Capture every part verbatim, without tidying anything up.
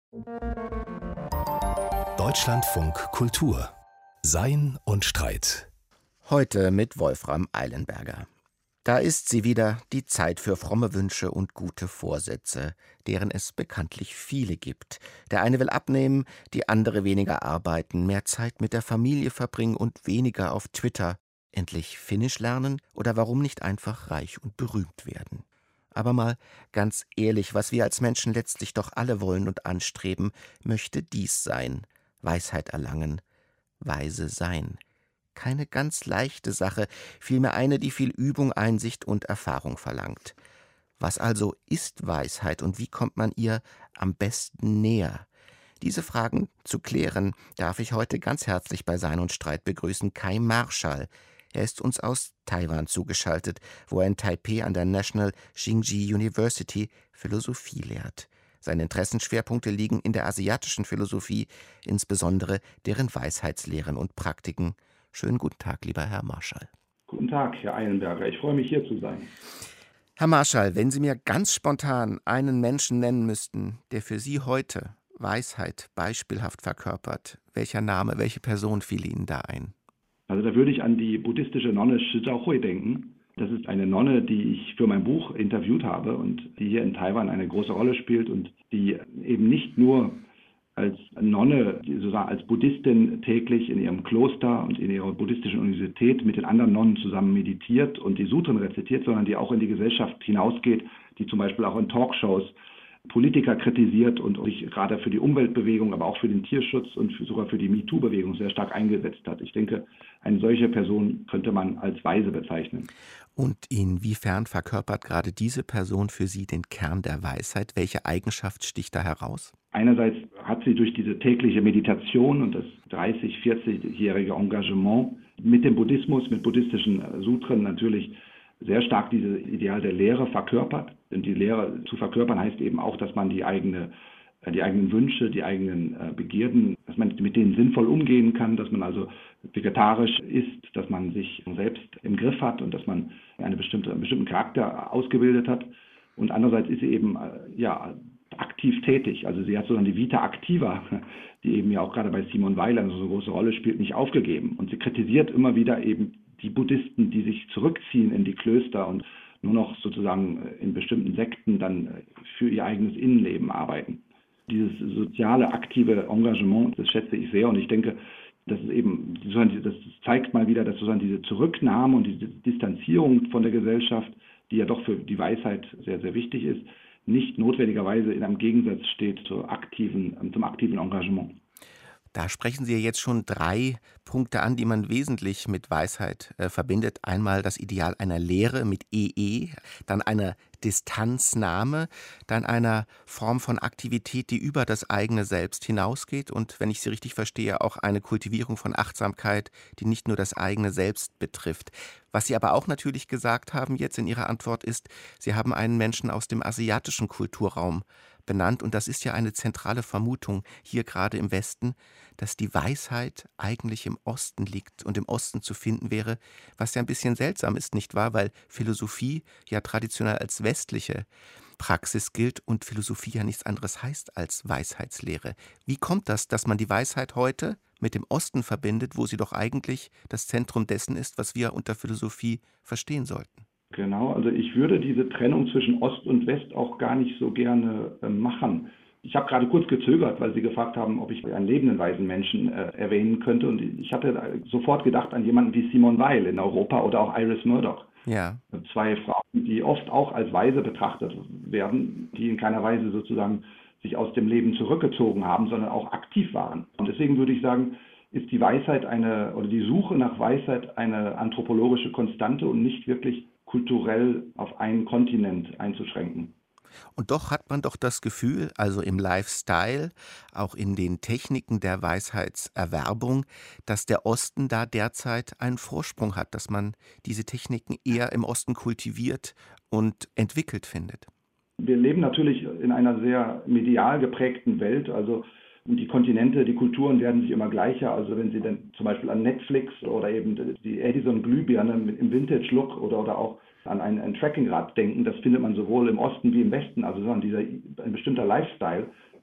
Deutschlandfunk Kultur. Sein und Streit. Heute mit Wolfram Eilenberger. Da ist sie wieder, die Zeit für fromme Wünsche und gute Vorsätze, deren es bekanntlich viele gibt. Der eine will abnehmen, die andere weniger arbeiten, mehr Zeit mit der Familie verbringen und weniger auf Twitter. Endlich Finnisch lernen oder warum nicht einfach reich und berühmt werden? Aber mal ganz ehrlich, was wir als Menschen letztlich doch alle wollen und anstreben, möchte dies sein: Weisheit erlangen, weise sein. Keine ganz leichte Sache, vielmehr eine, die viel Übung, Einsicht und Erfahrung verlangt. Was also ist Weisheit und wie kommt man ihr am besten näher? Diese Fragen zu klären, darf ich heute ganz herzlich bei Sein und Streit begrüßen Kai Marschall. Er ist uns aus Taiwan zugeschaltet, wo er in Taipeh an der National Tsinghua University Philosophie lehrt. Seine Interessenschwerpunkte liegen in der asiatischen Philosophie, insbesondere deren Weisheitslehren und Praktiken. Schönen guten Tag, lieber Herr Marschall. Guten Tag, Herr Eilenberger. Ich freue mich, hier zu sein. Herr Marschall, wenn Sie mir ganz spontan einen Menschen nennen müssten, der für Sie heute Weisheit beispielhaft verkörpert, welcher Name, welche Person fiel Ihnen da ein? Also da würde ich an die buddhistische Nonne Shi Zhaohui denken. Das ist eine Nonne, die ich für mein Buch interviewt habe und die hier in Taiwan eine große Rolle spielt und die eben nicht nur als Nonne, sozusagen als Buddhistin täglich in ihrem Kloster und in ihrer buddhistischen Universität mit den anderen Nonnen zusammen meditiert und die Sutren rezitiert, sondern die auch in die Gesellschaft hinausgeht, die zum Beispiel auch in Talkshows Politiker kritisiert und sich gerade für die Umweltbewegung, aber auch für den Tierschutz und für, sogar für die MeToo-Bewegung sehr stark eingesetzt hat. Ich denke, eine solche Person könnte man als weise bezeichnen. Und inwiefern verkörpert gerade diese Person für Sie den Kern der Weisheit? Welche Eigenschaft sticht da heraus? Einerseits hat sie durch diese tägliche Meditation und das dreißig-, vierzigjährige Engagement mit dem Buddhismus, mit buddhistischen Sutren natürlich sehr stark dieses Ideal der Lehre verkörpert. Und die Lehre zu verkörpern heißt eben auch, dass man die eigene, die eigenen Wünsche, die eigenen Begierden, dass man mit denen sinnvoll umgehen kann, dass man also vegetarisch isst, dass man sich selbst im Griff hat und dass man eine bestimmte, einen bestimmten Charakter ausgebildet hat. Und andererseits ist sie eben ja, aktiv tätig. Also sie hat sozusagen die Vita Activa, die eben ja auch gerade bei Simone Weil eine so große Rolle spielt, nicht aufgegeben. Und sie kritisiert immer wieder eben die Buddhisten, die sich zurückziehen in die Klöster und nur noch sozusagen in bestimmten Sekten dann für ihr eigenes Innenleben arbeiten. Dieses soziale, aktive Engagement, das schätze ich sehr und ich denke, das ist eben, das zeigt mal wieder, dass sozusagen diese Zurücknahme und diese Distanzierung von der Gesellschaft, die ja doch für die Weisheit sehr, sehr wichtig ist, nicht notwendigerweise in einem Gegensatz steht zur aktiven, zum aktiven Engagement. Da sprechen Sie ja jetzt schon drei Punkte an, die man wesentlich mit Weisheit äh, verbindet. Einmal das Ideal einer Lehre mit E E, dann einer Distanznahme, dann einer Form von Aktivität, die über das eigene Selbst hinausgeht und, wenn ich Sie richtig verstehe, auch eine Kultivierung von Achtsamkeit, die nicht nur das eigene Selbst betrifft. Was Sie aber auch natürlich gesagt haben jetzt in Ihrer Antwort ist, Sie haben einen Menschen aus dem asiatischen Kulturraum benannt und das ist ja eine zentrale Vermutung hier gerade im Westen, dass die Weisheit eigentlich im Osten liegt und im Osten zu finden wäre, was ja ein bisschen seltsam ist, nicht wahr? Weil Philosophie ja traditionell als westliche Praxis gilt und Philosophie ja nichts anderes heißt als Weisheitslehre. Wie kommt das, dass man die Weisheit heute mit dem Osten verbindet, wo sie doch eigentlich das Zentrum dessen ist, was wir unter Philosophie verstehen sollten? Genau, also ich würde diese Trennung zwischen Ost und West auch gar nicht so gerne äh, machen. Ich habe gerade kurz gezögert, weil Sie gefragt haben, ob ich einen lebenden weisen Menschen äh, erwähnen könnte. Und ich hatte sofort gedacht an jemanden wie Simone Weil in Europa oder auch Iris Murdoch. Ja. Zwei Frauen, die oft auch als weise betrachtet werden, die in keiner Weise sozusagen sich aus dem Leben zurückgezogen haben, sondern auch aktiv waren. Und deswegen würde ich sagen, ist die Weisheit eine, oder die Suche nach Weisheit eine anthropologische Konstante und nicht wirklich kulturell auf einen Kontinent einzuschränken. Und doch hat man doch das Gefühl, also im Lifestyle, auch in den Techniken der Weisheitserwerbung, dass der Osten da derzeit einen Vorsprung hat, dass man diese Techniken eher im Osten kultiviert und entwickelt findet. Wir leben natürlich in einer sehr medial geprägten Welt, also die Kontinente, die Kulturen werden sich immer gleicher. Also wenn Sie dann zum Beispiel an Netflix oder eben die Edison-Glühbirne im Vintage-Look oder, oder auch an ein, ein Trackingrad denken, das findet man sowohl im Osten wie im Westen. Also dieser, ein bestimmter Lifestyle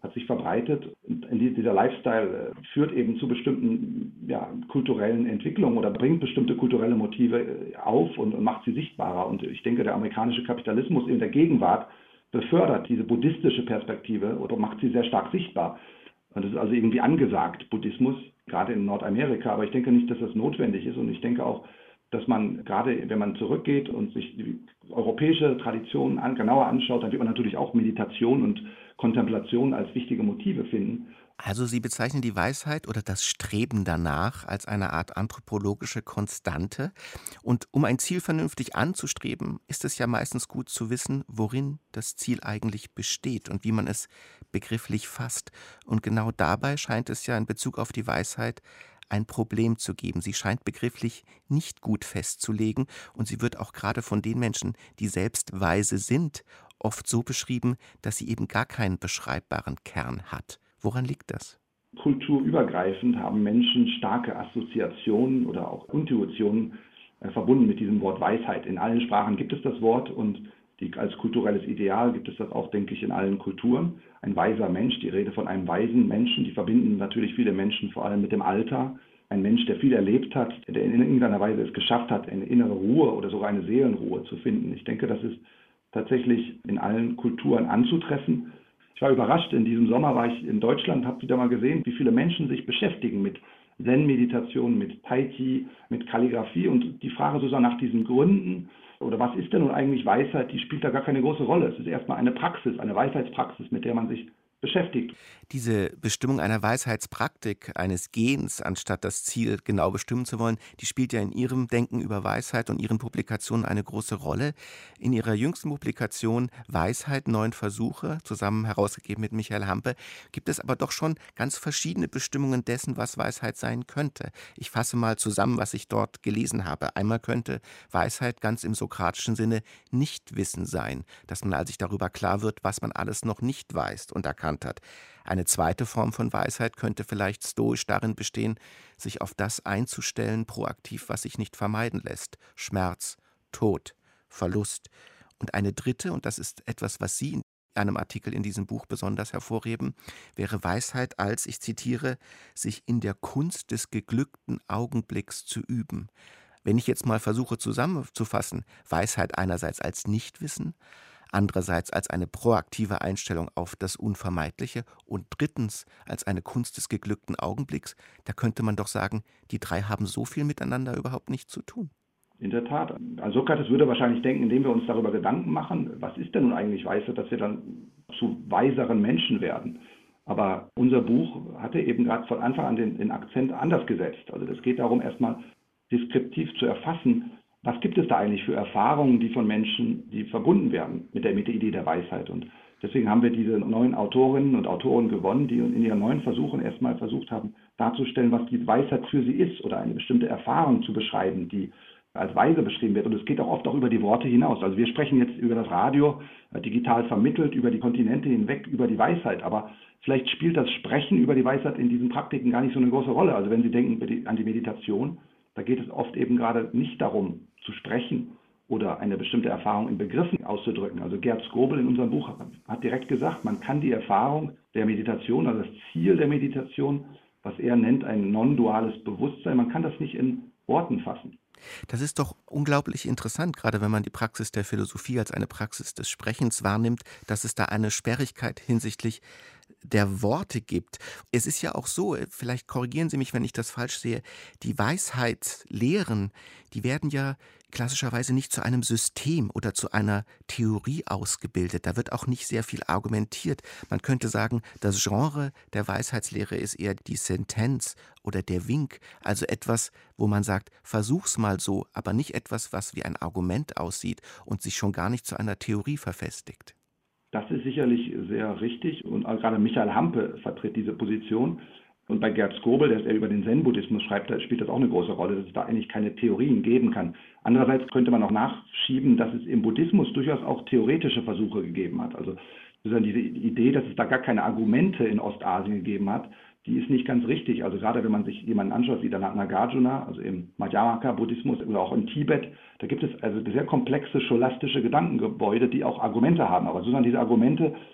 hat sich verbreitet. Und dieser Lifestyle führt eben zu bestimmten ja, kulturellen Entwicklungen oder bringt bestimmte kulturelle Motive auf und, und macht sie sichtbarer. Und ich denke, der amerikanische Kapitalismus in der Gegenwart befördert diese buddhistische Perspektive oder macht sie sehr stark sichtbar. Und das ist also irgendwie angesagt, Buddhismus, gerade in Nordamerika. Aber ich denke nicht, dass das notwendig ist. Und ich denke auch, dass man gerade, wenn man zurückgeht und sich die europäische Tradition an, genauer anschaut, dann wird man natürlich auch Meditation und Kontemplation als wichtige Motive finden. Also Sie bezeichnen die Weisheit oder das Streben danach als eine Art anthropologische Konstante. Und um ein Ziel vernünftig anzustreben, ist es ja meistens gut zu wissen, worin das Ziel eigentlich besteht und wie man es begrifflich fasst. Und genau dabei scheint es ja in Bezug auf die Weisheit ein Problem zu geben. Sie scheint begrifflich nicht gut festzulegen und sie wird auch gerade von den Menschen, die selbst weise sind, oft so beschrieben, dass sie eben gar keinen beschreibbaren Kern hat. Woran liegt das? Kulturübergreifend haben Menschen starke Assoziationen oder auch Intuitionen äh, verbunden mit diesem Wort Weisheit. In allen Sprachen gibt es das Wort und die, als kulturelles Ideal gibt es das auch, denke ich, in allen Kulturen. Ein weiser Mensch, die Rede von einem weisen Menschen, die verbinden natürlich viele Menschen vor allem mit dem Alter. Ein Mensch, der viel erlebt hat, der in irgendeiner Weise es geschafft hat, eine innere Ruhe oder sogar eine Seelenruhe zu finden. Ich denke, das ist tatsächlich in allen Kulturen anzutreffen. Ich war überrascht, in diesem Sommer war ich in Deutschland, habe wieder mal gesehen, wie viele Menschen sich beschäftigen mit Zen-Meditation, mit Tai Chi, mit Kalligrafie und die Frage sozusagen nach diesen Gründen oder was ist denn nun eigentlich Weisheit, die spielt da gar keine große Rolle. Es ist erstmal eine Praxis, eine Weisheitspraxis, mit der man sich beschäftigt. Diese Bestimmung einer Weisheitspraktik, eines Gehens, anstatt das Ziel genau bestimmen zu wollen, die spielt ja in Ihrem Denken über Weisheit und Ihren Publikationen eine große Rolle. In Ihrer jüngsten Publikation Weisheit, neun Versuche, zusammen herausgegeben mit Michael Hampe, gibt es aber doch schon ganz verschiedene Bestimmungen dessen, was Weisheit sein könnte. Ich fasse mal zusammen, was ich dort gelesen habe. Einmal könnte Weisheit ganz im sokratischen Sinne Nichtwissen sein, dass man also sich darüber klar wird, was man alles noch nicht weiß und erkannt hat. Eine zweite Form von Weisheit könnte vielleicht stoisch darin bestehen, sich auf das einzustellen, proaktiv, was sich nicht vermeiden lässt. Schmerz, Tod, Verlust. Und eine dritte, und das ist etwas, was Sie in einem Artikel in diesem Buch besonders hervorheben, wäre Weisheit als, ich zitiere, sich in der Kunst des geglückten Augenblicks zu üben. Wenn ich jetzt mal versuche zusammenzufassen, Weisheit einerseits als Nichtwissen, andererseits als eine proaktive Einstellung auf das Unvermeidliche und drittens als eine Kunst des geglückten Augenblicks, da könnte man doch sagen, die drei haben so viel miteinander überhaupt nichts zu tun. In der Tat. Also Sokrates würde wahrscheinlich denken, indem wir uns darüber Gedanken machen, was ist denn nun eigentlich Weisheit, dass wir dann zu weiseren Menschen werden. Aber unser Buch hatte eben gerade von Anfang an den, den Akzent anders gesetzt. Also es geht darum, erstmal deskriptiv zu erfassen, was gibt es da eigentlich für Erfahrungen, die von Menschen, die verbunden werden mit der, mit der Idee der Weisheit. Und deswegen haben wir diese neun Autorinnen und Autoren gewonnen, die in ihren neuen Versuchen erstmal versucht haben, darzustellen, was die Weisheit für sie ist oder eine bestimmte Erfahrung zu beschreiben, die als weise beschrieben wird. Und es geht auch oft auch über die Worte hinaus. Also wir sprechen jetzt über das Radio, äh, digital vermittelt, über die Kontinente hinweg, über die Weisheit. Aber vielleicht spielt das Sprechen über die Weisheit in diesen Praktiken gar nicht so eine große Rolle. Also wenn Sie denken an die Meditation, da geht es oft eben gerade nicht darum, zu sprechen oder eine bestimmte Erfahrung in Begriffen auszudrücken. Also Gerd Skobel in unserem Buch hat direkt gesagt, man kann die Erfahrung der Meditation, also das Ziel der Meditation, was er nennt ein non-duales Bewusstsein, man kann das nicht in Worten fassen. Das ist doch unglaublich interessant, gerade wenn man die Praxis der Philosophie als eine Praxis des Sprechens wahrnimmt, dass es da eine Sperrigkeit hinsichtlich der Worte gibt. Es ist ja auch so, vielleicht korrigieren Sie mich, wenn ich das falsch sehe, die Weisheitslehren, die werden ja klassischerweise nicht zu einem System oder zu einer Theorie ausgebildet. Da wird auch nicht sehr viel argumentiert. Man könnte sagen, das Genre der Weisheitslehre ist eher die Sentenz oder der Wink, also etwas, wo man sagt, versuch's mal so, aber nicht etwas, was wie ein Argument aussieht und sich schon gar nicht zu einer Theorie verfestigt. Das ist sicherlich sehr richtig und gerade Michael Hampe vertritt diese Position. Und bei Gerd Skobel, der über den Zen-Buddhismus schreibt, da spielt das auch eine große Rolle, dass es da eigentlich keine Theorien geben kann. Andererseits könnte man auch nachschieben, dass es im Buddhismus durchaus auch theoretische Versuche gegeben hat. Also diese Idee, dass es da gar keine Argumente in Ostasien gegeben hat, die ist nicht ganz richtig. Also gerade wenn man sich jemanden anschaut wie der Nagarjuna, also im Madhyamaka-Buddhismus oder auch in Tibet, da gibt es also sehr komplexe scholastische Gedankengebäude, die auch Argumente haben. Aber sozusagen diese Argumente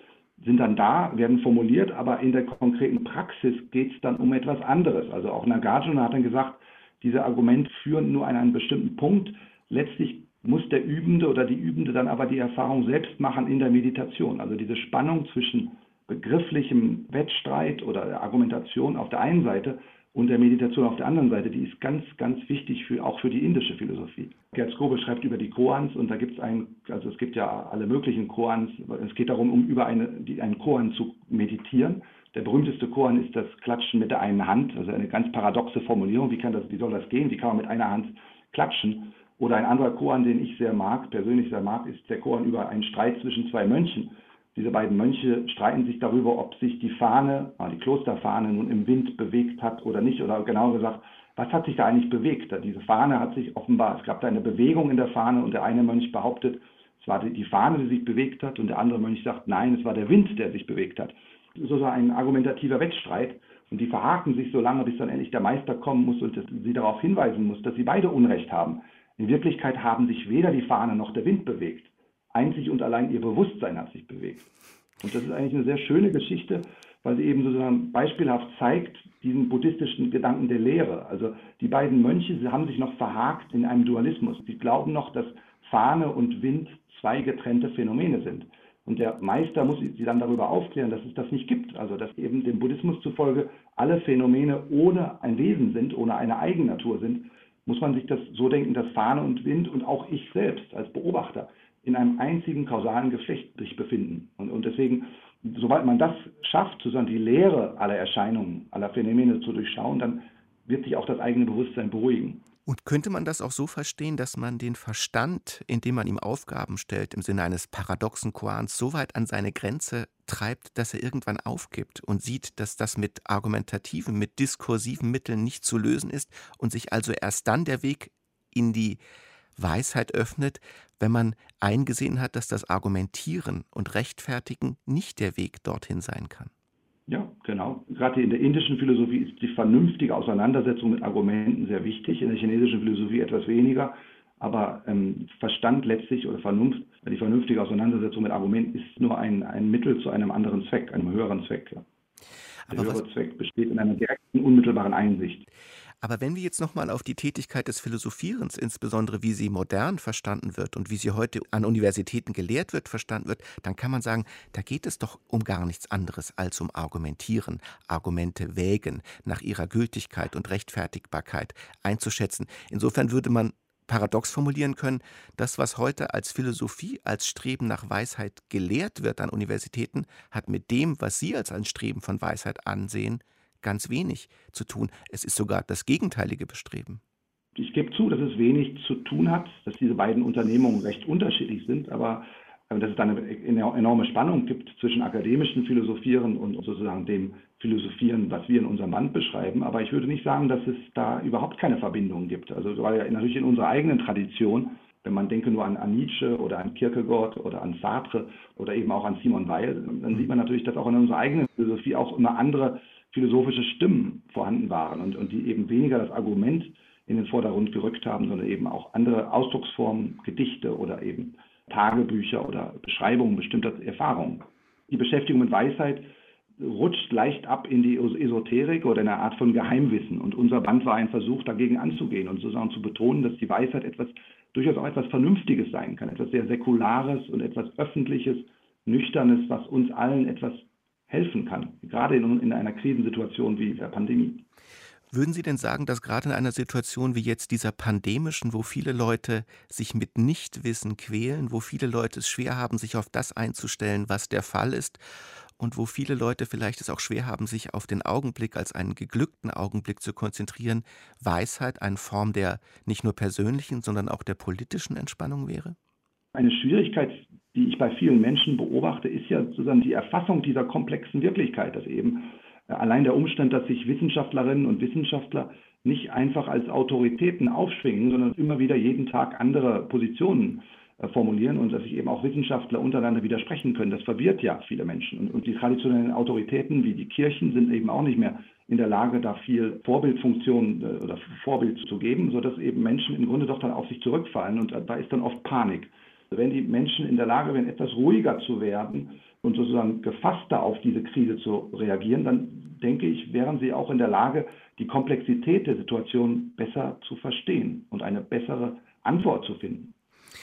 sind dann da, werden formuliert, aber in der konkreten Praxis geht es dann um etwas anderes. Also auch Nagarjuna hat dann gesagt, diese Argumente führen nur an einen bestimmten Punkt. Letztlich muss der Übende oder die Übende dann aber die Erfahrung selbst machen in der Meditation. Also diese Spannung zwischen begrifflichem Wettstreit oder Argumentation auf der einen Seite und der Meditation auf der anderen Seite, die ist ganz, ganz wichtig für, auch für die indische Philosophie. Gerd Skobel schreibt über die Koans und da gibt es ein, also es gibt ja alle möglichen Koans. Es geht darum, um über eine, die, einen Koan zu meditieren. Der berühmteste Koan ist das Klatschen mit der einen Hand, also eine ganz paradoxe Formulierung. Wie kann das, wie soll das gehen? Wie kann man mit einer Hand klatschen? Oder ein anderer Koan, den ich sehr mag, persönlich sehr mag, ist der Koan über einen Streit zwischen zwei Mönchen. Diese beiden Mönche streiten sich darüber, ob sich die Fahne, die Klosterfahne, nun im Wind bewegt hat oder nicht. Oder genauer gesagt, was hat sich da eigentlich bewegt? Diese Fahne hat sich offenbar, es gab da eine Bewegung in der Fahne und der eine Mönch behauptet, es war die Fahne, die sich bewegt hat und der andere Mönch sagt, nein, es war der Wind, der sich bewegt hat. Das ist so ein argumentativer Wettstreit und die verhaken sich so lange, bis dann endlich der Meister kommen muss und sie darauf hinweisen muss, dass sie beide Unrecht haben. In Wirklichkeit haben sich weder die Fahne noch der Wind bewegt. Einzig und allein ihr Bewusstsein hat sich bewegt. Und das ist eigentlich eine sehr schöne Geschichte, weil sie eben sozusagen beispielhaft zeigt, diesen buddhistischen Gedanken der Lehre. Also die beiden Mönche, sie haben sich noch verhakt in einem Dualismus. Sie glauben noch, dass Fahne und Wind zwei getrennte Phänomene sind. Und der Meister muss sie dann darüber aufklären, dass es das nicht gibt. Also dass eben dem Buddhismus zufolge alle Phänomene ohne ein Wesen sind, ohne eine Eigennatur sind, muss man sich das so denken, dass Fahne und Wind und auch ich selbst als Beobachter in einem einzigen kausalen Geflecht sich befinden. Und, und deswegen, sobald man das schafft, sozusagen die Lehre aller Erscheinungen, aller Phänomene zu durchschauen, dann wird sich auch das eigene Bewusstsein beruhigen. Und könnte man das auch so verstehen, dass man den Verstand, indem man ihm Aufgaben stellt, im Sinne eines paradoxen Koans, so weit an seine Grenze treibt, dass er irgendwann aufgibt und sieht, dass das mit argumentativen, mit diskursiven Mitteln nicht zu lösen ist und sich also erst dann der Weg in die Weisheit öffnet, wenn man eingesehen hat, dass das Argumentieren und Rechtfertigen nicht der Weg dorthin sein kann? Ja, genau. Gerade in der indischen Philosophie ist die vernünftige Auseinandersetzung mit Argumenten sehr wichtig, in der chinesischen Philosophie etwas weniger. Aber ähm, Verstand letztlich oder Vernunft, die vernünftige Auseinandersetzung mit Argumenten ist nur ein, ein Mittel zu einem anderen Zweck, einem höheren Zweck. Ja. Der Aber höhere was, Zweck besteht in einer direkten, unmittelbaren Einsicht. aber wenn wir jetzt nochmal auf die Tätigkeit des Philosophierens, insbesondere wie sie modern verstanden wird und wie sie heute an Universitäten gelehrt wird, verstanden wird, dann kann man sagen, da geht es doch um gar nichts anderes als um Argumentieren, Argumente wägen, nach ihrer Gültigkeit und Rechtfertigbarkeit einzuschätzen. Insofern würde man paradox formulieren können, das, was heute als Philosophie, als Streben nach Weisheit gelehrt wird an Universitäten, hat mit dem, was Sie als ein Streben von Weisheit ansehen, ganz wenig zu tun. Es ist sogar das gegenteilige Bestreben. Ich gebe zu, dass es wenig zu tun hat, dass diese beiden Unternehmungen recht unterschiedlich sind, aber dass es da eine enorme Spannung gibt zwischen akademischen Philosophieren und sozusagen dem Philosophieren, was wir in unserem Band beschreiben. Aber ich würde nicht sagen, dass es da überhaupt keine Verbindung gibt. Also weil ja natürlich in unserer eigenen Tradition, wenn man denke nur an, an Nietzsche oder an Kierkegaard oder an Sartre oder eben auch an Simone Weil, dann sieht man natürlich, dass auch in unserer eigenen Philosophie auch immer andere philosophische Stimmen vorhanden waren und, und die eben weniger das Argument in den Vordergrund gerückt haben, sondern eben auch andere Ausdrucksformen, Gedichte oder eben Tagebücher oder Beschreibungen bestimmter Erfahrungen. Die Beschäftigung mit Weisheit rutscht leicht ab in die Esoterik oder in eine Art von Geheimwissen. Und unser Band war ein Versuch, dagegen anzugehen und sozusagen zu betonen, dass die Weisheit etwas, durchaus auch etwas Vernünftiges sein kann, etwas sehr Säkulares und etwas Öffentliches, Nüchternes, was uns allen etwas helfen kann, gerade in, in einer Krisensituation wie der Pandemie. Würden Sie denn sagen, dass gerade in einer Situation wie jetzt dieser pandemischen, wo viele Leute sich mit Nichtwissen quälen, wo viele Leute es schwer haben, sich auf das einzustellen, was der Fall ist, und wo viele Leute vielleicht es auch schwer haben, sich auf den Augenblick als einen geglückten Augenblick zu konzentrieren, Weisheit eine Form der nicht nur persönlichen, sondern auch der politischen Entspannung wäre? Eine Schwierigkeit, die ich bei vielen Menschen beobachte, ist ja sozusagen die Erfassung dieser komplexen Wirklichkeit, dass eben allein der Umstand, dass sich Wissenschaftlerinnen und Wissenschaftler nicht einfach als Autoritäten aufschwingen, sondern immer wieder jeden Tag andere Positionen äh, formulieren und dass sich eben auch Wissenschaftler untereinander widersprechen können. Das verwirrt ja viele Menschen. Und, und die traditionellen Autoritäten wie die Kirchen sind eben auch nicht mehr in der Lage, da viel Vorbildfunktion äh, oder Vorbild zu geben, sodass eben Menschen im Grunde doch dann auf sich zurückfallen und äh, da ist dann oft Panik. Wenn die Menschen in der Lage wären, etwas ruhiger zu werden, und sozusagen gefasster auf diese Krise zu reagieren, dann denke ich, wären sie auch in der Lage, die Komplexität der Situation besser zu verstehen und eine bessere Antwort zu finden.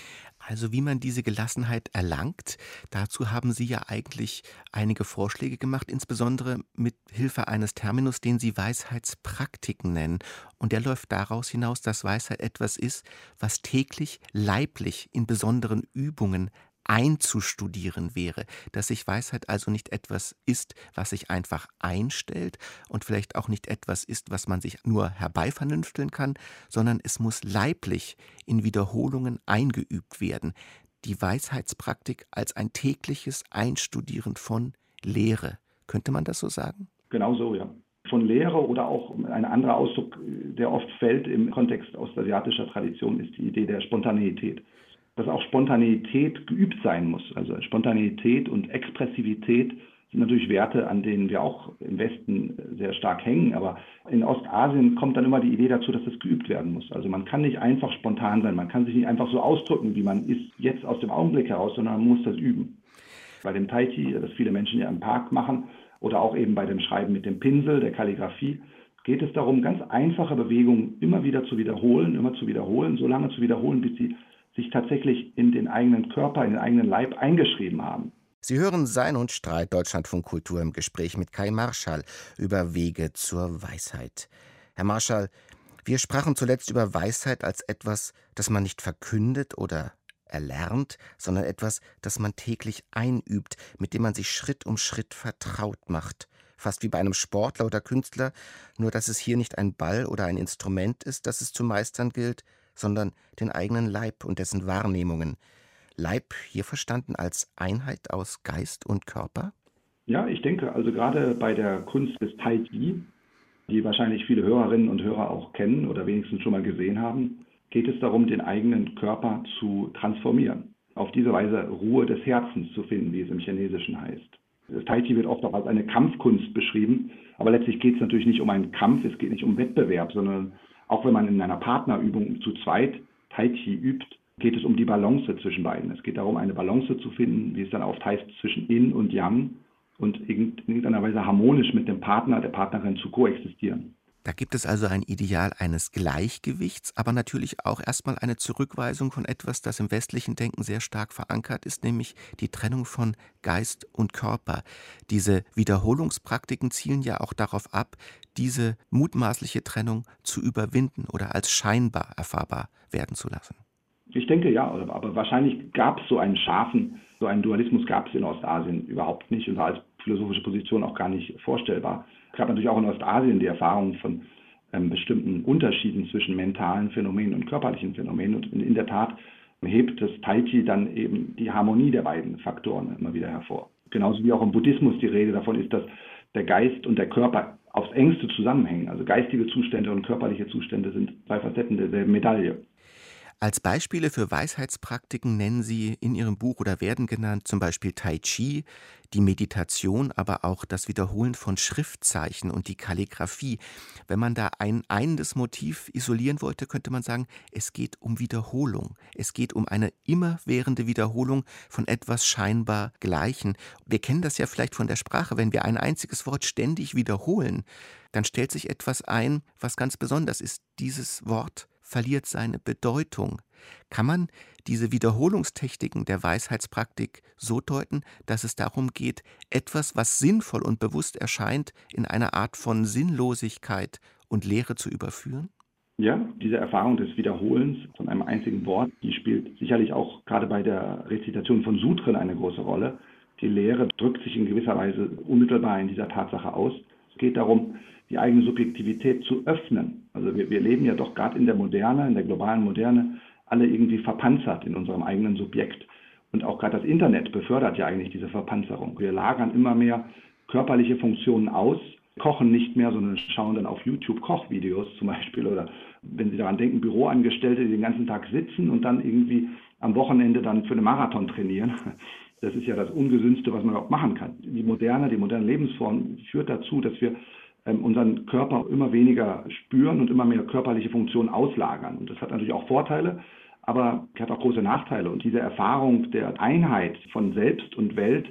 Also wie man diese Gelassenheit erlangt, dazu haben Sie ja eigentlich einige Vorschläge gemacht, insbesondere mit Hilfe eines Terminus, den Sie Weisheitspraktiken nennen. Und der läuft daraus hinaus, dass Weisheit etwas ist, was täglich leiblich in besonderen Übungen einzustudieren wäre, dass sich Weisheit also nicht etwas ist, was sich einfach einstellt und vielleicht auch nicht etwas ist, was man sich nur herbeivernünfteln kann, sondern es muss leiblich in Wiederholungen eingeübt werden. Die Weisheitspraktik als ein tägliches Einstudieren von Lehre. Könnte man das so sagen? Genau so, ja. Von Lehre oder auch ein anderer Ausdruck, der oft fällt im Kontext ostasiatischer Tradition, ist die Idee der Spontaneität. Dass auch Spontaneität geübt sein muss. Also Spontaneität und Expressivität sind natürlich Werte, an denen wir auch im Westen sehr stark hängen. Aber in Ostasien kommt dann immer die Idee dazu, dass es geübt werden muss. Also man kann nicht einfach spontan sein, man kann sich nicht einfach so ausdrücken, wie man ist, jetzt aus dem Augenblick heraus, sondern man muss das üben. Bei dem Tai Chi, das viele Menschen ja im Park machen, oder auch eben bei dem Schreiben mit dem Pinsel, der Kalligraphie, geht es darum, ganz einfache Bewegungen immer wieder zu wiederholen, immer zu wiederholen, so lange zu wiederholen, bis sie sich tatsächlich in den eigenen Körper, in den eigenen Leib eingeschrieben haben. Sie hören Sein und Streit, Deutschlandfunk Kultur, im Gespräch mit Kai Marschall über Wege zur Weisheit. Herr Marschall, wir sprachen zuletzt über Weisheit als etwas, das man nicht verkündet oder erlernt, sondern etwas, das man täglich einübt, mit dem man sich Schritt um Schritt vertraut macht. Fast wie bei einem Sportler oder Künstler, nur dass es hier nicht ein Ball oder ein Instrument ist, das es zu meistern gilt, sondern den eigenen Leib und dessen Wahrnehmungen. Leib hier verstanden als Einheit aus Geist und Körper? Ja, ich denke, also gerade bei der Kunst des Tai Chi, die wahrscheinlich viele Hörerinnen und Hörer auch kennen oder wenigstens schon mal gesehen haben, geht es darum, den eigenen Körper zu transformieren. Auf diese Weise Ruhe des Herzens zu finden, wie es im Chinesischen heißt. Das Tai Chi wird oft auch als eine Kampfkunst beschrieben, aber letztlich geht es natürlich nicht um einen Kampf, es geht nicht um Wettbewerb, sondern auch wenn man in einer Partnerübung zu zweit Tai Chi übt, geht es um die Balance zwischen beiden. Es geht darum, eine Balance zu finden, wie es dann oft heißt, zwischen Yin und Yang und in irgendeiner Weise harmonisch mit dem Partner, der Partnerin zu koexistieren. Da gibt es also ein Ideal eines Gleichgewichts, aber natürlich auch erstmal eine Zurückweisung von etwas, das im westlichen Denken sehr stark verankert ist, nämlich die Trennung von Geist und Körper. Diese Wiederholungspraktiken zielen ja auch darauf ab, diese mutmaßliche Trennung zu überwinden oder als scheinbar erfahrbar werden zu lassen. Ich denke ja, aber wahrscheinlich gab es so einen scharfen, so einen Dualismus gab es in Ostasien überhaupt nicht und war als philosophische Position auch gar nicht vorstellbar. Es gab natürlich auch in Ostasien die Erfahrung von ähm, bestimmten Unterschieden zwischen mentalen Phänomenen und körperlichen Phänomenen. Und in, in der Tat hebt das Tai Chi dann eben die Harmonie der beiden Faktoren immer wieder hervor. Genauso wie auch im Buddhismus die Rede davon ist, dass der Geist und der Körper aufs engste zusammenhängen. Also geistige Zustände und körperliche Zustände sind zwei Facetten derselben Medaille. Als Beispiele für Weisheitspraktiken nennen Sie in Ihrem Buch oder werden genannt zum Beispiel Tai Chi, die Meditation, aber auch das Wiederholen von Schriftzeichen und die Kalligraphie. Wenn man da ein einendes Motiv isolieren wollte, könnte man sagen, es geht um Wiederholung. Es geht um eine immerwährende Wiederholung von etwas scheinbar Gleichen. Wir kennen das ja vielleicht von der Sprache, wenn wir ein einziges Wort ständig wiederholen, dann stellt sich etwas ein, was ganz besonders ist. Dieses Wort verliert seine Bedeutung. Kann man diese Wiederholungstechniken der Weisheitspraktik so deuten, dass es darum geht, etwas, was sinnvoll und bewusst erscheint, in eine Art von Sinnlosigkeit und Leere zu überführen? Ja, diese Erfahrung des Wiederholens von einem einzigen Wort, die spielt sicherlich auch gerade bei der Rezitation von Sutren eine große Rolle. Die Lehre drückt sich in gewisser Weise unmittelbar in dieser Tatsache aus. Es geht darum, die eigene Subjektivität zu öffnen. Also wir, wir leben ja doch gerade in der Moderne, in der globalen Moderne, alle irgendwie verpanzert in unserem eigenen Subjekt. Und auch gerade das Internet befördert ja eigentlich diese Verpanzerung. Wir lagern immer mehr körperliche Funktionen aus, kochen nicht mehr, sondern schauen dann auf YouTube Kochvideos zum Beispiel. Oder wenn Sie daran denken, Büroangestellte, die den ganzen Tag sitzen und dann irgendwie am Wochenende dann für einen Marathon trainieren. Das ist ja das Ungesündste, was man auch machen kann. Die moderne, die moderne Lebensform führt dazu, dass wir unseren Körper immer weniger spüren und immer mehr körperliche Funktionen auslagern. Und das hat natürlich auch Vorteile, aber hat auch große Nachteile. Und diese Erfahrung der Einheit von Selbst und Welt,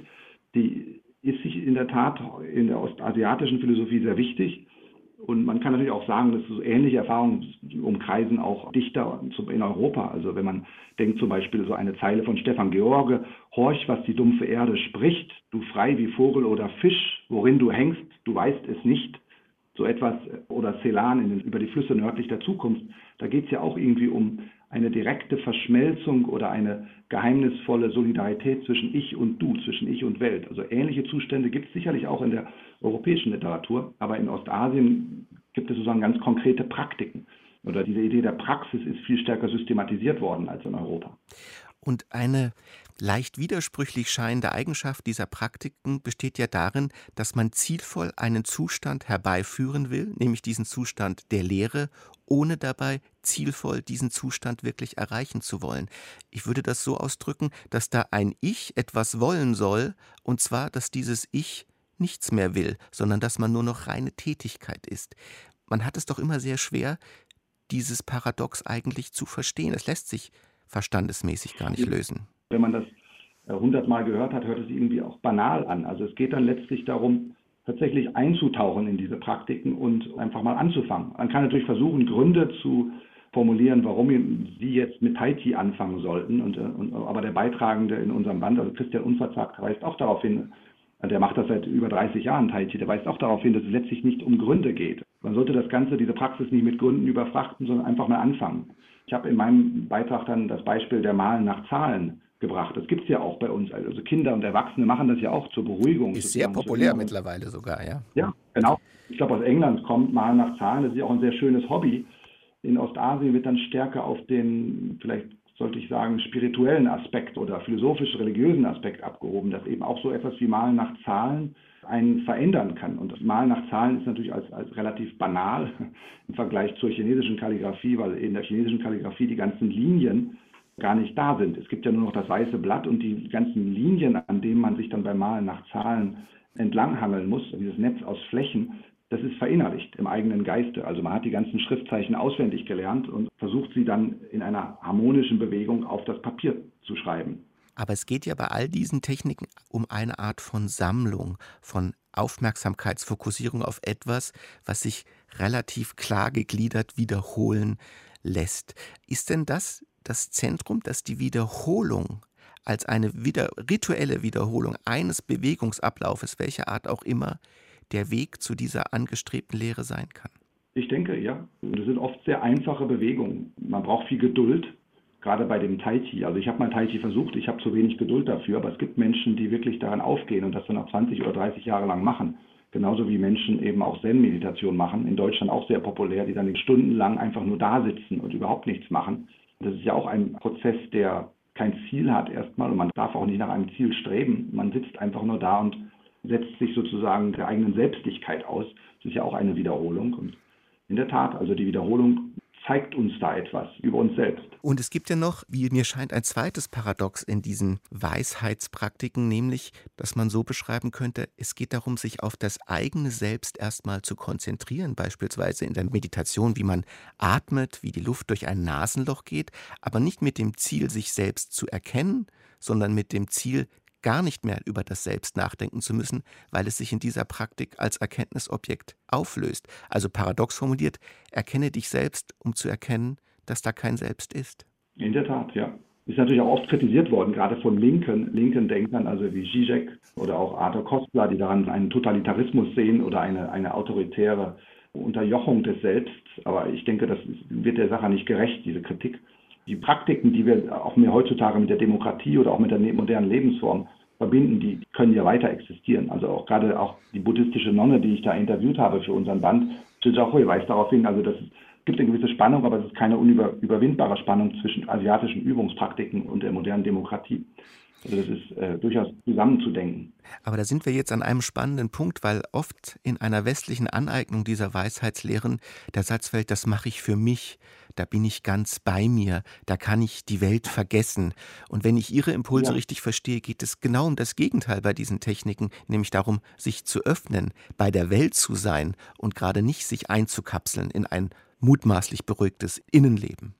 die ist sich in der Tat in der ostasiatischen Philosophie sehr wichtig. Und man kann natürlich auch sagen, dass so ähnliche Erfahrungen umkreisen auch Dichter in Europa. Also wenn man denkt zum Beispiel so eine Zeile von Stefan George: Horch, was die dumpfe Erde spricht, du frei wie Vogel oder Fisch, worin du hängst, du weißt es nicht. So etwas, oder Celan in den, über die Flüsse nördlich der Zukunft. Da geht es ja auch irgendwie um eine direkte Verschmelzung oder eine geheimnisvolle Solidarität zwischen Ich und Du, zwischen Ich und Welt. Also ähnliche Zustände gibt es sicherlich auch in der europäischen Literatur, aber in Ostasien gibt es sozusagen ganz konkrete Praktiken. Oder diese Idee der Praxis ist viel stärker systematisiert worden als in Europa. Und eine leicht widersprüchlich scheinende Eigenschaft dieser Praktiken besteht ja darin, dass man zielvoll einen Zustand herbeiführen will, nämlich diesen Zustand der Lehre, ohne dabei zielvoll diesen Zustand wirklich erreichen zu wollen. Ich würde das so ausdrücken, dass da ein Ich etwas wollen soll, und zwar, dass dieses Ich nichts mehr will, sondern dass man nur noch reine Tätigkeit ist. Man hat es doch immer sehr schwer, dieses Paradox eigentlich zu verstehen. Es lässt sich verstandesmäßig gar nicht lösen. Wenn man das hundertmal gehört hat, hört es irgendwie auch banal an. Also es geht dann letztlich darum, tatsächlich einzutauchen in diese Praktiken und einfach mal anzufangen. Man kann natürlich versuchen, Gründe zu formulieren, warum Sie jetzt mit Tai Chi anfangen sollten. Und, und, aber der Beitragende in unserem Band, also Christian Unverzagt, weist auch darauf hin, der macht das seit über dreißig Jahren, Tai Chi, der weist auch darauf hin, dass es letztlich nicht um Gründe geht. Man sollte das Ganze, diese Praxis nicht mit Gründen überfrachten, sondern einfach mal anfangen. Ich habe in meinem Beitrag dann das Beispiel der Malen nach Zahlen gebracht. Das gibt es ja auch bei uns. Also Kinder und Erwachsene machen das ja auch zur Beruhigung. Ist sehr populär mittlerweile sogar, ja. Ja, genau. Ich glaube, aus England kommt Malen nach Zahlen. Das ist ja auch ein sehr schönes Hobby. In Ostasien wird dann stärker auf den, vielleicht sollte ich sagen, spirituellen Aspekt oder philosophisch-religiösen Aspekt abgehoben, dass eben auch so etwas wie Malen nach Zahlen einen verändern kann. Und das Malen nach Zahlen ist natürlich als, als relativ banal im Vergleich zur chinesischen Kalligrafie, weil in der chinesischen Kalligrafie die ganzen Linien gar nicht da sind. Es gibt ja nur noch das weiße Blatt und die ganzen Linien, an denen man sich dann beim Malen nach Zahlen entlanghangeln muss, dieses Netz aus Flächen, das ist verinnerlicht im eigenen Geiste. Also man hat die ganzen Schriftzeichen auswendig gelernt und versucht sie dann in einer harmonischen Bewegung auf das Papier zu schreiben. Aber es geht ja bei all diesen Techniken um eine Art von Sammlung, von Aufmerksamkeitsfokussierung auf etwas, was sich relativ klar gegliedert wiederholen lässt. Ist denn das das Zentrum, dass die Wiederholung als eine wieder, rituelle Wiederholung eines Bewegungsablaufes, welcher Art auch immer, der Weg zu dieser angestrebten Lehre sein kann? Ich denke, ja. Das sind oft sehr einfache Bewegungen. Man braucht viel Geduld, gerade bei dem Tai Chi. Also ich habe mal Tai Chi versucht, ich habe zu wenig Geduld dafür, aber es gibt Menschen, die wirklich daran aufgehen und das dann auch zwanzig oder dreißig Jahre lang machen. Genauso wie Menschen eben auch Zen-Meditation machen, in Deutschland auch sehr populär, die dann stundenlang einfach nur da sitzen und überhaupt nichts machen. Das ist ja auch ein Prozess, der kein Ziel hat erstmal und man darf auch nicht nach einem Ziel streben. Man sitzt einfach nur da und setzt sich sozusagen der eigenen Selbstlichkeit aus. Das ist ja auch eine Wiederholung. Und in der Tat, also die Wiederholung zeigt uns da etwas über uns selbst. Und es gibt ja noch, wie mir scheint, ein zweites Paradox in diesen Weisheitspraktiken, nämlich, dass man so beschreiben könnte, es geht darum, sich auf das eigene Selbst erstmal zu konzentrieren, beispielsweise in der Meditation, wie man atmet, wie die Luft durch ein Nasenloch geht, aber nicht mit dem Ziel, sich selbst zu erkennen, sondern mit dem Ziel, gar nicht mehr über das Selbst nachdenken zu müssen, weil es sich in dieser Praktik als Erkenntnisobjekt auflöst. Also paradox formuliert, erkenne dich selbst, um zu erkennen, dass da kein Selbst ist. In der Tat, ja. Ist natürlich auch oft kritisiert worden, gerade von linken, linken Denkern, also wie Zizek oder auch Arthur Koestler, die daran einen Totalitarismus sehen oder eine, eine autoritäre Unterjochung des Selbst. Aber ich denke, das wird der Sache nicht gerecht, diese Kritik. Die Praktiken, die wir auch mehr heutzutage mit der Demokratie oder auch mit der modernen Lebensform verbinden, die können ja weiter existieren. Also auch gerade auch die buddhistische Nonne, die ich da interviewt habe für unseren Band, Chichaohui, weist darauf hin, also das ist, es gibt eine gewisse Spannung, aber es ist keine unüberwindbare Spannung zwischen asiatischen Übungspraktiken und der modernen Demokratie. Also das ist äh, durchaus zusammenzudenken. Aber da sind wir jetzt an einem spannenden Punkt, weil oft in einer westlichen Aneignung dieser Weisheitslehren der Satz fällt, das mache ich für mich, da bin ich ganz bei mir, da kann ich die Welt vergessen. Und wenn ich Ihre Impulse ja. richtig verstehe, geht es genau um das Gegenteil bei diesen Techniken, nämlich darum, sich zu öffnen, bei der Welt zu sein und gerade nicht sich einzukapseln in ein mutmaßlich beruhigtes Innenleben.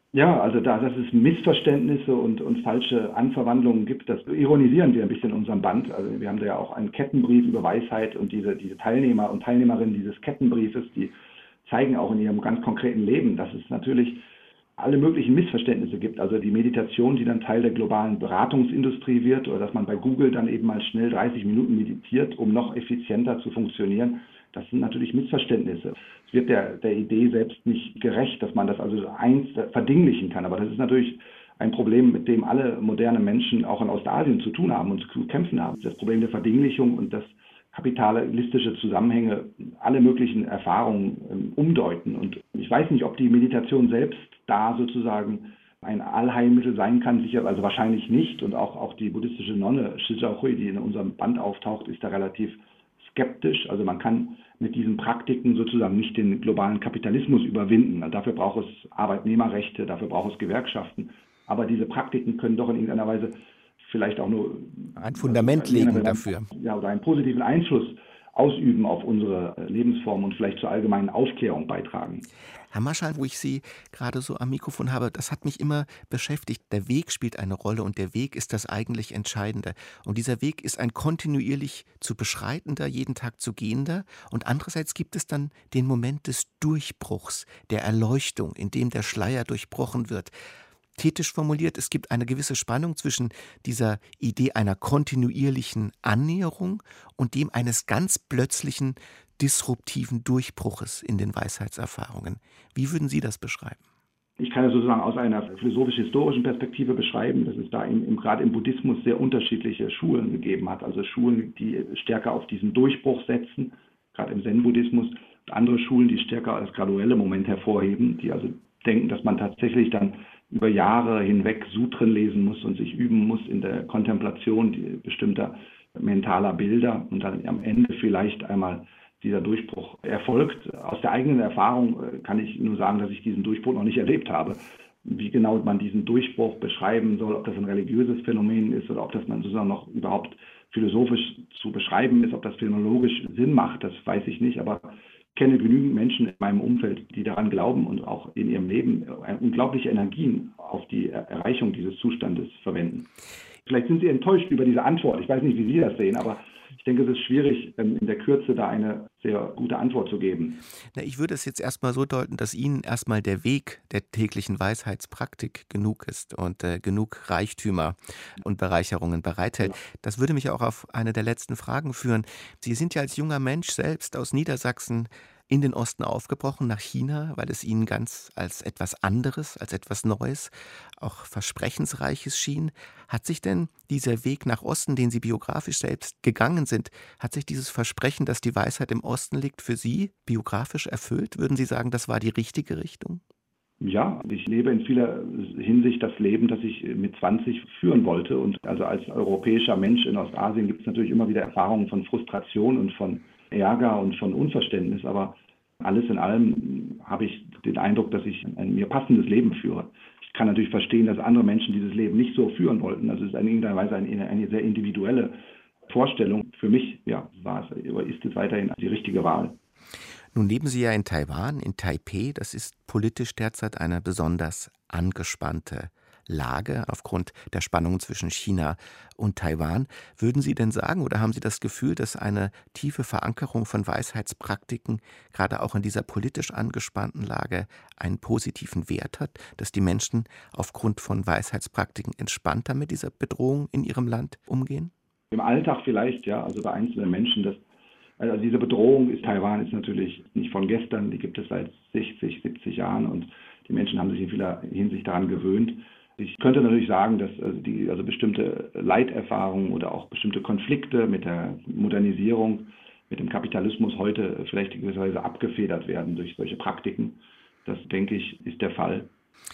Ja, also da, dass es Missverständnisse und, und falsche Anverwandlungen gibt, das ironisieren wir ein bisschen in unserem Band. Also wir haben da ja auch einen Kettenbrief über Weisheit und diese, diese Teilnehmer und Teilnehmerinnen dieses Kettenbriefes, die zeigen auch in ihrem ganz konkreten Leben, dass es natürlich alle möglichen Missverständnisse gibt. Also die Meditation, die dann Teil der globalen Beratungsindustrie wird, oder dass man bei Google dann eben mal schnell dreißig Minuten meditiert, um noch effizienter zu funktionieren. Das sind natürlich Missverständnisse. Es wird der, der Idee selbst nicht gerecht, dass man das also eins verdinglichen kann. Aber das ist natürlich ein Problem, mit dem alle moderne Menschen auch in Ostasien zu tun haben und zu kämpfen haben. Das Problem der Verdinglichung und das kapitalistische Zusammenhänge, alle möglichen Erfahrungen ähm, umdeuten. Und ich weiß nicht, ob die Meditation selbst da sozusagen ein Allheilmittel sein kann, sicher, also wahrscheinlich nicht. Und auch, auch die buddhistische Nonne Shizhao Hui, die in unserem Band auftaucht, ist da relativ skeptisch. Also man kann mit diesen Praktiken sozusagen nicht den globalen Kapitalismus überwinden. Also dafür braucht es Arbeitnehmerrechte, dafür braucht es Gewerkschaften. Aber diese Praktiken können doch in irgendeiner Weise vielleicht auch nur ein Fundament legen dafür. Ja, oder einen positiven Einfluss ausüben auf unsere Lebensform und vielleicht zur allgemeinen Aufklärung beitragen. Herr Marschall, wo ich Sie gerade so am Mikrofon habe, das hat mich immer beschäftigt. Der Weg spielt eine Rolle und der Weg ist das eigentlich Entscheidende. Und dieser Weg ist ein kontinuierlich zu beschreitender, jeden Tag zu gehender. Und andererseits gibt es dann den Moment des Durchbruchs, der Erleuchtung, in dem der Schleier durchbrochen wird. Pathetisch formuliert, es gibt eine gewisse Spannung zwischen dieser Idee einer kontinuierlichen Annäherung und dem eines ganz plötzlichen, disruptiven Durchbruches in den Weisheitserfahrungen. Wie würden Sie das beschreiben? Ich kann es sozusagen aus einer philosophisch-historischen Perspektive beschreiben, dass es da im, im, gerade im Buddhismus sehr unterschiedliche Schulen gegeben hat. Also Schulen, die stärker auf diesen Durchbruch setzen, gerade im Zen-Buddhismus, und andere Schulen, die stärker als graduelle Moment hervorheben, die also denken, dass man tatsächlich dann über Jahre hinweg Sutren lesen muss und sich üben muss in der Kontemplation bestimmter mentaler Bilder und dann am Ende vielleicht einmal dieser Durchbruch erfolgt. Aus der eigenen Erfahrung kann ich nur sagen, dass ich diesen Durchbruch noch nicht erlebt habe. Wie genau man diesen Durchbruch beschreiben soll, ob das ein religiöses Phänomen ist oder ob das man sozusagen noch überhaupt philosophisch zu beschreiben ist, ob das phänomenologisch Sinn macht, das weiß ich nicht, aber ich kenne genügend Menschen in meinem Umfeld, die daran glauben und auch in ihrem Leben unglaubliche Energien auf die Erreichung dieses Zustandes verwenden. Vielleicht sind Sie enttäuscht über diese Antwort. Ich weiß nicht, wie Sie das sehen, aber ich denke, es ist schwierig, in der Kürze da eine sehr gute Antwort zu geben. Na, ich würde es jetzt erstmal so deuten, dass Ihnen erstmal der Weg der täglichen Weisheitspraktik genug ist und äh, genug Reichtümer und Bereicherungen bereithält. Ja. Das würde mich auch auf eine der letzten Fragen führen. Sie sind ja als junger Mensch selbst aus Niedersachsen in den Osten aufgebrochen, nach China, weil es Ihnen ganz als etwas anderes, als etwas Neues, auch Versprechensreiches schien. Hat sich denn dieser Weg nach Osten, den Sie biografisch selbst gegangen sind, hat sich dieses Versprechen, dass die Weisheit im Osten liegt, für Sie biografisch erfüllt? Würden Sie sagen, das war die richtige Richtung? Ja, ich lebe in vieler Hinsicht das Leben, das ich mit zwanzig führen wollte. Und also als europäischer Mensch in Ostasien gibt es natürlich immer wieder Erfahrungen von Frustration und von Ärger und von Unverständnis, aber alles in allem habe ich den Eindruck, dass ich ein mir passendes Leben führe. Ich kann natürlich verstehen, dass andere Menschen dieses Leben nicht so führen wollten. Also es ist in irgendeiner Weise eine, eine sehr individuelle Vorstellung. Für mich ja, war es, oder ist es weiterhin die richtige Wahl. Nun leben Sie ja in Taiwan, in Taipeh. Das ist politisch derzeit eine besonders angespannte Lage aufgrund der Spannungen zwischen China und Taiwan. Würden Sie denn sagen oder haben Sie das Gefühl, dass eine tiefe Verankerung von Weisheitspraktiken gerade auch in dieser politisch angespannten Lage einen positiven Wert hat, dass die Menschen aufgrund von Weisheitspraktiken entspannter mit dieser Bedrohung in ihrem Land umgehen? Im Alltag vielleicht, ja, also bei einzelnen Menschen. Das, also diese Bedrohung ist Taiwan ist natürlich nicht von gestern, die gibt es seit sechzig, siebzig Jahren und die Menschen haben sich in vieler Hinsicht daran gewöhnt. Ich könnte natürlich sagen, dass also, die, also bestimmte Leiterfahrungen oder auch bestimmte Konflikte mit der Modernisierung, mit dem Kapitalismus heute vielleicht in gewisser Weise abgefedert werden durch solche Praktiken. Das, denke ich, ist der Fall.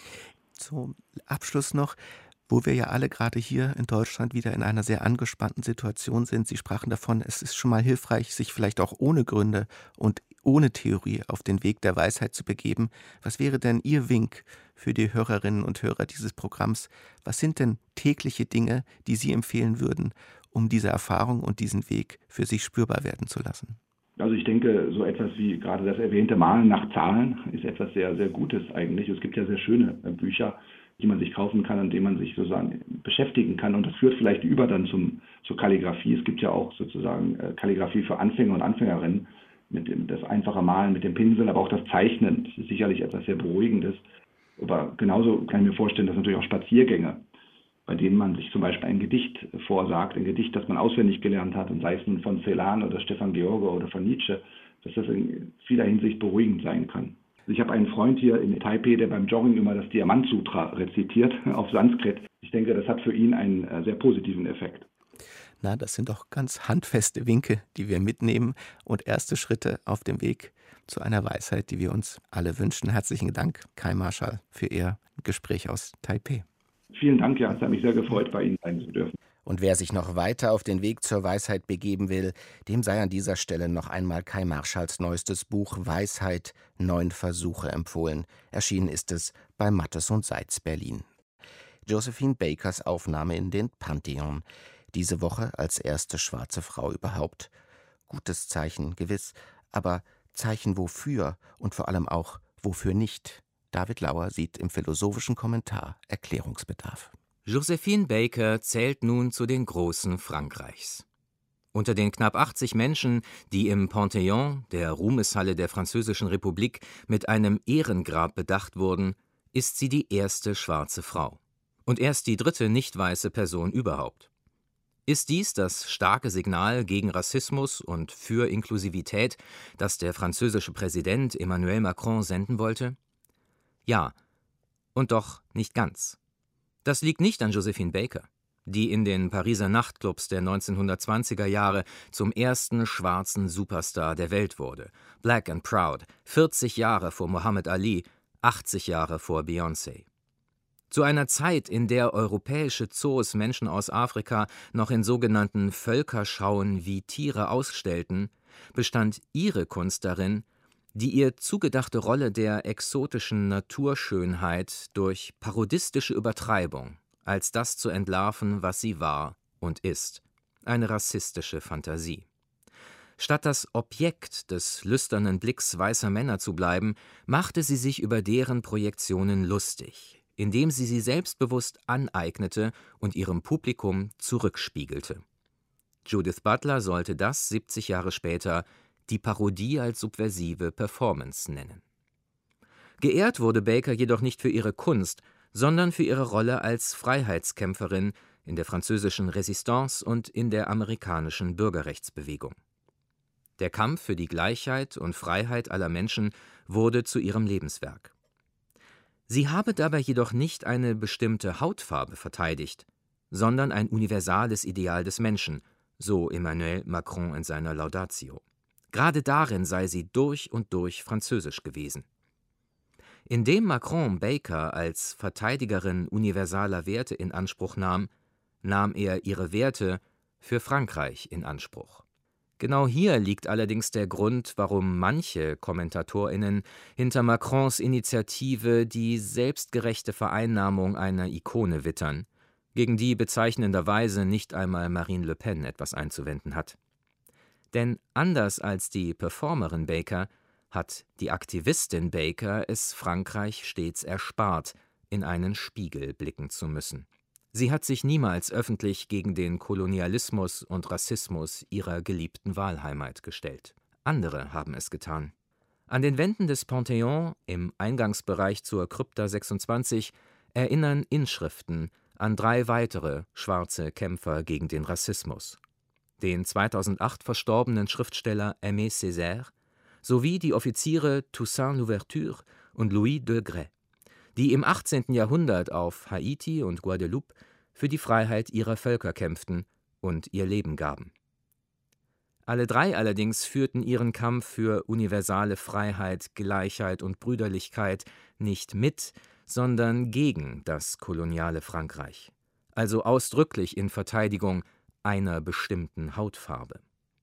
Zum Abschluss noch, wo wir ja alle gerade hier in Deutschland wieder in einer sehr angespannten Situation sind. Sie sprachen davon, es ist schon mal hilfreich, sich vielleicht auch ohne Gründe und ohne Theorie auf den Weg der Weisheit zu begeben. Was wäre denn Ihr Wink für die Hörerinnen und Hörer dieses Programms? Was sind denn tägliche Dinge, die Sie empfehlen würden, um diese Erfahrung und diesen Weg für sich spürbar werden zu lassen? Also ich denke, so etwas wie gerade das erwähnte Malen nach Zahlen ist etwas sehr, sehr Gutes eigentlich. Es gibt ja sehr schöne äh, Bücher, die man sich kaufen kann, an denen man sich sozusagen beschäftigen kann. Und das führt vielleicht über dann zum, zur Kalligrafie. Es gibt ja auch sozusagen äh, Kalligrafie für Anfänger und Anfängerinnen, mit dem, das einfache Malen mit dem Pinsel, aber auch das Zeichnen. Das ist sicherlich etwas sehr Beruhigendes. Aber genauso kann ich mir vorstellen, dass natürlich auch Spaziergänge, bei denen man sich zum Beispiel ein Gedicht vorsagt, ein Gedicht, das man auswendig gelernt hat, und sei es nun von Celan oder Stefan George oder von Nietzsche, dass das in vieler Hinsicht beruhigend sein kann. Ich habe einen Freund hier in Taipei, der beim Jogging immer das Diamant-Sutra rezitiert auf Sanskrit. Ich denke, das hat für ihn einen sehr positiven Effekt. Na, das sind doch ganz handfeste Winke, die wir mitnehmen und erste Schritte auf dem Weg zu einer Weisheit, die wir uns alle wünschen. Herzlichen Dank, Kai Marschall, für Ihr Gespräch aus Taipei. Vielen Dank, ja, es hat mich sehr gefreut, bei Ihnen sein zu dürfen. Und wer sich noch weiter auf den Weg zur Weisheit begeben will, dem sei an dieser Stelle noch einmal Kai Marschalls neuestes Buch Weisheit, neun Versuche empfohlen. Erschienen ist es bei Mattes und Seitz Berlin. Josephine Bakers Aufnahme in den Pantheon. Diese Woche als erste schwarze Frau überhaupt. Gutes Zeichen, gewiss, aber Zeichen wofür und vor allem auch wofür nicht? David Lauer sieht im philosophischen Kommentar Erklärungsbedarf. Josephine Baker zählt nun zu den Großen Frankreichs. Unter den knapp achtzig Menschen, die im Panthéon, der Ruhmeshalle der Französischen Republik, mit einem Ehrengrab bedacht wurden, ist sie die erste schwarze Frau. Und erst die dritte nicht-weiße Person überhaupt. Ist dies das starke Signal gegen Rassismus und für Inklusivität, das der französische Präsident Emmanuel Macron senden wollte? Ja, und doch nicht ganz. Das liegt nicht an Josephine Baker, die in den Pariser Nachtclubs der neunzehnhundertzwanziger Jahre zum ersten schwarzen Superstar der Welt wurde. Black and Proud, vierzig Jahre vor Muhammad Ali, achtzig Jahre vor Beyoncé. Zu einer Zeit, in der europäische Zoos Menschen aus Afrika noch in sogenannten Völkerschauen wie Tiere ausstellten, bestand ihre Kunst darin, die ihr zugedachte Rolle der exotischen Naturschönheit durch parodistische Übertreibung als das zu entlarven, was sie war und ist, eine rassistische Fantasie. Statt das Objekt des lüsternen Blicks weißer Männer zu bleiben, machte sie sich über deren Projektionen lustig, indem sie sie selbstbewusst aneignete und ihrem Publikum zurückspiegelte. Judith Butler sollte das siebzig Jahre später die Parodie als subversive Performance nennen. Geehrt wurde Baker jedoch nicht für ihre Kunst, sondern für ihre Rolle als Freiheitskämpferin in der französischen Resistance und in der amerikanischen Bürgerrechtsbewegung. Der Kampf für die Gleichheit und Freiheit aller Menschen wurde zu ihrem Lebenswerk. Sie habe dabei jedoch nicht eine bestimmte Hautfarbe verteidigt, sondern ein universales Ideal des Menschen, so Emmanuel Macron in seiner Laudatio. Gerade darin sei sie durch und durch französisch gewesen. Indem Macron Baker als Verteidigerin universaler Werte in Anspruch nahm, nahm er ihre Werte für Frankreich in Anspruch. Genau hier liegt allerdings der Grund, warum manche KommentatorInnen hinter Macrons Initiative die selbstgerechte Vereinnahmung einer Ikone wittern, gegen die bezeichnenderweise nicht einmal Marine Le Pen etwas einzuwenden hat. Denn anders als die Performerin Baker hat die Aktivistin Baker es Frankreich stets erspart, in einen Spiegel blicken zu müssen. Sie hat sich niemals öffentlich gegen den Kolonialismus und Rassismus ihrer geliebten Wahlheimat gestellt. Andere haben es getan. An den Wänden des Panthéon im Eingangsbereich zur Krypta sechsundzwanzig erinnern Inschriften an drei weitere schwarze Kämpfer gegen den Rassismus: den zweitausendacht verstorbenen Schriftsteller Aimé Césaire sowie die Offiziere Toussaint Louverture und Louis Degré, die im achtzehnten Jahrhundert auf Haiti und Guadeloupe für die Freiheit ihrer Völker kämpften und ihr Leben gaben. Alle drei allerdings führten ihren Kampf für universale Freiheit, Gleichheit und Brüderlichkeit nicht mit, sondern gegen das koloniale Frankreich, also ausdrücklich in Verteidigung einer bestimmten Hautfarbe.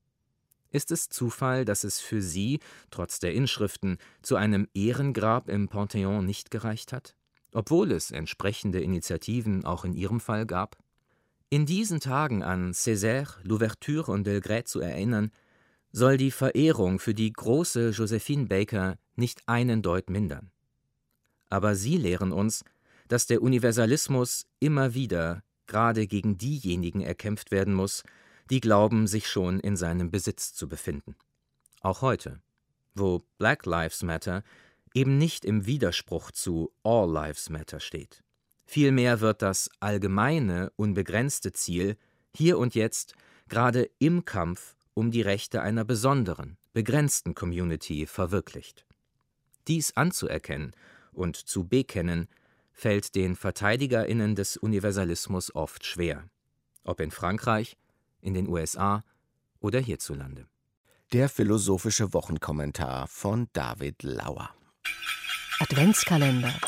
Ist es Zufall, dass es für sie, trotz der Inschriften, zu einem Ehrengrab im Panthéon nicht gereicht hat, obwohl es entsprechende Initiativen auch in ihrem Fall gab? In diesen Tagen an Césaire, Louverture und Degré zu erinnern, soll die Verehrung für die große Josephine Baker nicht einen Deut mindern. Aber sie lehren uns, dass der Universalismus immer wieder gerade gegen diejenigen erkämpft werden muss, die glauben, sich schon in seinem Besitz zu befinden. Auch heute, wo Black Lives Matter eben nicht im Widerspruch zu All Lives Matter steht. Vielmehr wird das allgemeine, unbegrenzte Ziel hier und jetzt gerade im Kampf um die Rechte einer besonderen, begrenzten Community verwirklicht. Dies anzuerkennen und zu bekennen, fällt den VerteidigerInnen des Universalismus oft schwer. Ob in Frankreich, in den U S A oder hierzulande. Der philosophische Wochenkommentar von David Lauer. Adventskalender.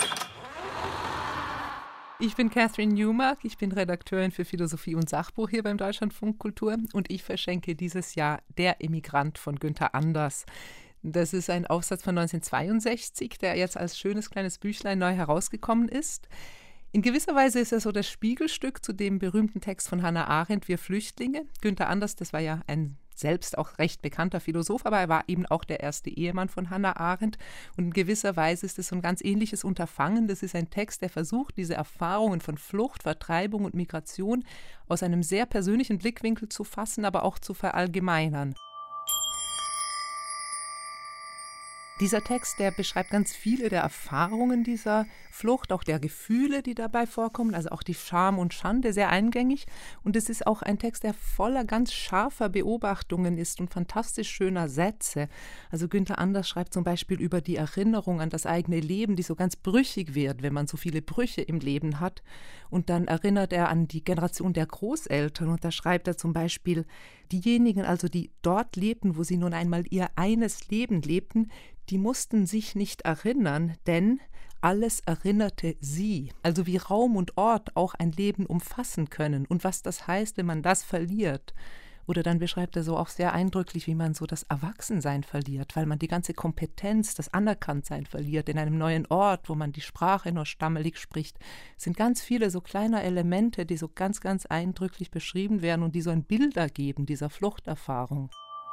Ich bin Catherine Newmark, ich bin Redakteurin für Philosophie und Sachbuch hier beim Deutschlandfunk Kultur und ich verschenke dieses Jahr Der Emigrant von Günther Anders. Das ist ein Aufsatz von neunzehnhundertzweiundsechzig, der jetzt als schönes kleines Büchlein neu herausgekommen ist. In gewisser Weise ist er so das Spiegelstück zu dem berühmten Text von Hannah Arendt, Wir Flüchtlinge. Günther Anders, das war ja ein selbst auch recht bekannter Philosoph, aber er war eben auch der erste Ehemann von Hannah Arendt. Und in gewisser Weise ist es so ein ganz ähnliches Unterfangen. Das ist ein Text, der versucht, diese Erfahrungen von Flucht, Vertreibung und Migration aus einem sehr persönlichen Blickwinkel zu fassen, aber auch zu verallgemeinern. Dieser Text, der beschreibt ganz viele der Erfahrungen dieser Flucht, auch der Gefühle, die dabei vorkommen, also auch die Scham und Schande, sehr eingängig. Und es ist auch ein Text, der voller ganz scharfer Beobachtungen ist und fantastisch schöner Sätze. Also Günther Anders schreibt zum Beispiel über die Erinnerung an das eigene Leben, die so ganz brüchig wird, wenn man so viele Brüche im Leben hat. Und dann erinnert er an die Generation der Großeltern und da schreibt er zum Beispiel, diejenigen also, die dort lebten, wo sie nun einmal ihr eines Leben lebten, die mussten sich nicht erinnern, denn alles erinnerte sie. Also wie Raum und Ort auch ein Leben umfassen können und was das heißt, wenn man das verliert. Oder dann beschreibt er so auch sehr eindrücklich, wie man so das Erwachsensein verliert, weil man die ganze Kompetenz, das Anerkanntsein verliert in einem neuen Ort, wo man die Sprache nur stammelig spricht. Es sind ganz viele so kleine Elemente, die so ganz, ganz eindrücklich beschrieben werden und die so ein Bild ergeben dieser Fluchterfahrung.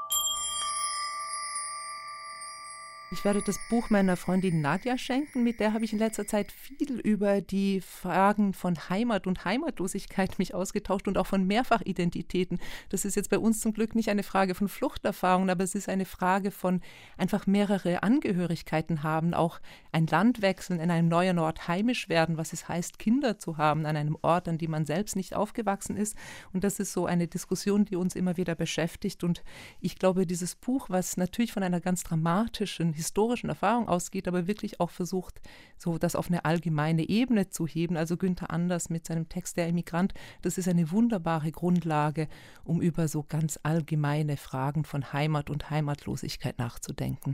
Ich werde das Buch meiner Freundin Nadja schenken, mit der habe ich in letzter Zeit viel über die Fragen von Heimat und Heimatlosigkeit mich ausgetauscht und auch von Mehrfachidentitäten. Das ist jetzt bei uns zum Glück nicht eine Frage von Fluchterfahrungen, aber es ist eine Frage von einfach mehrere Angehörigkeiten haben, auch ein Land wechseln, in einem neuen Ort heimisch werden, was es heißt, Kinder zu haben an einem Ort, an dem man selbst nicht aufgewachsen ist. Und das ist so eine Diskussion, die uns immer wieder beschäftigt. Und ich glaube, dieses Buch, was natürlich von einer ganz dramatischen historischen Erfahrung ausgeht, aber wirklich auch versucht, so das auf eine allgemeine Ebene zu heben. Also Günther Anders mit seinem Text Der Emigrant, das ist eine wunderbare Grundlage, um über so ganz allgemeine Fragen von Heimat und Heimatlosigkeit nachzudenken.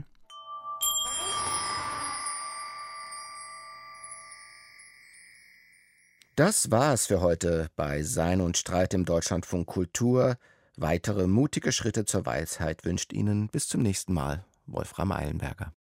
Das war es für heute bei Sein und Streit im Deutschlandfunk Kultur. Weitere mutige Schritte zur Weisheit wünscht Ihnen bis zum nächsten Mal Wolfram Eilenberger.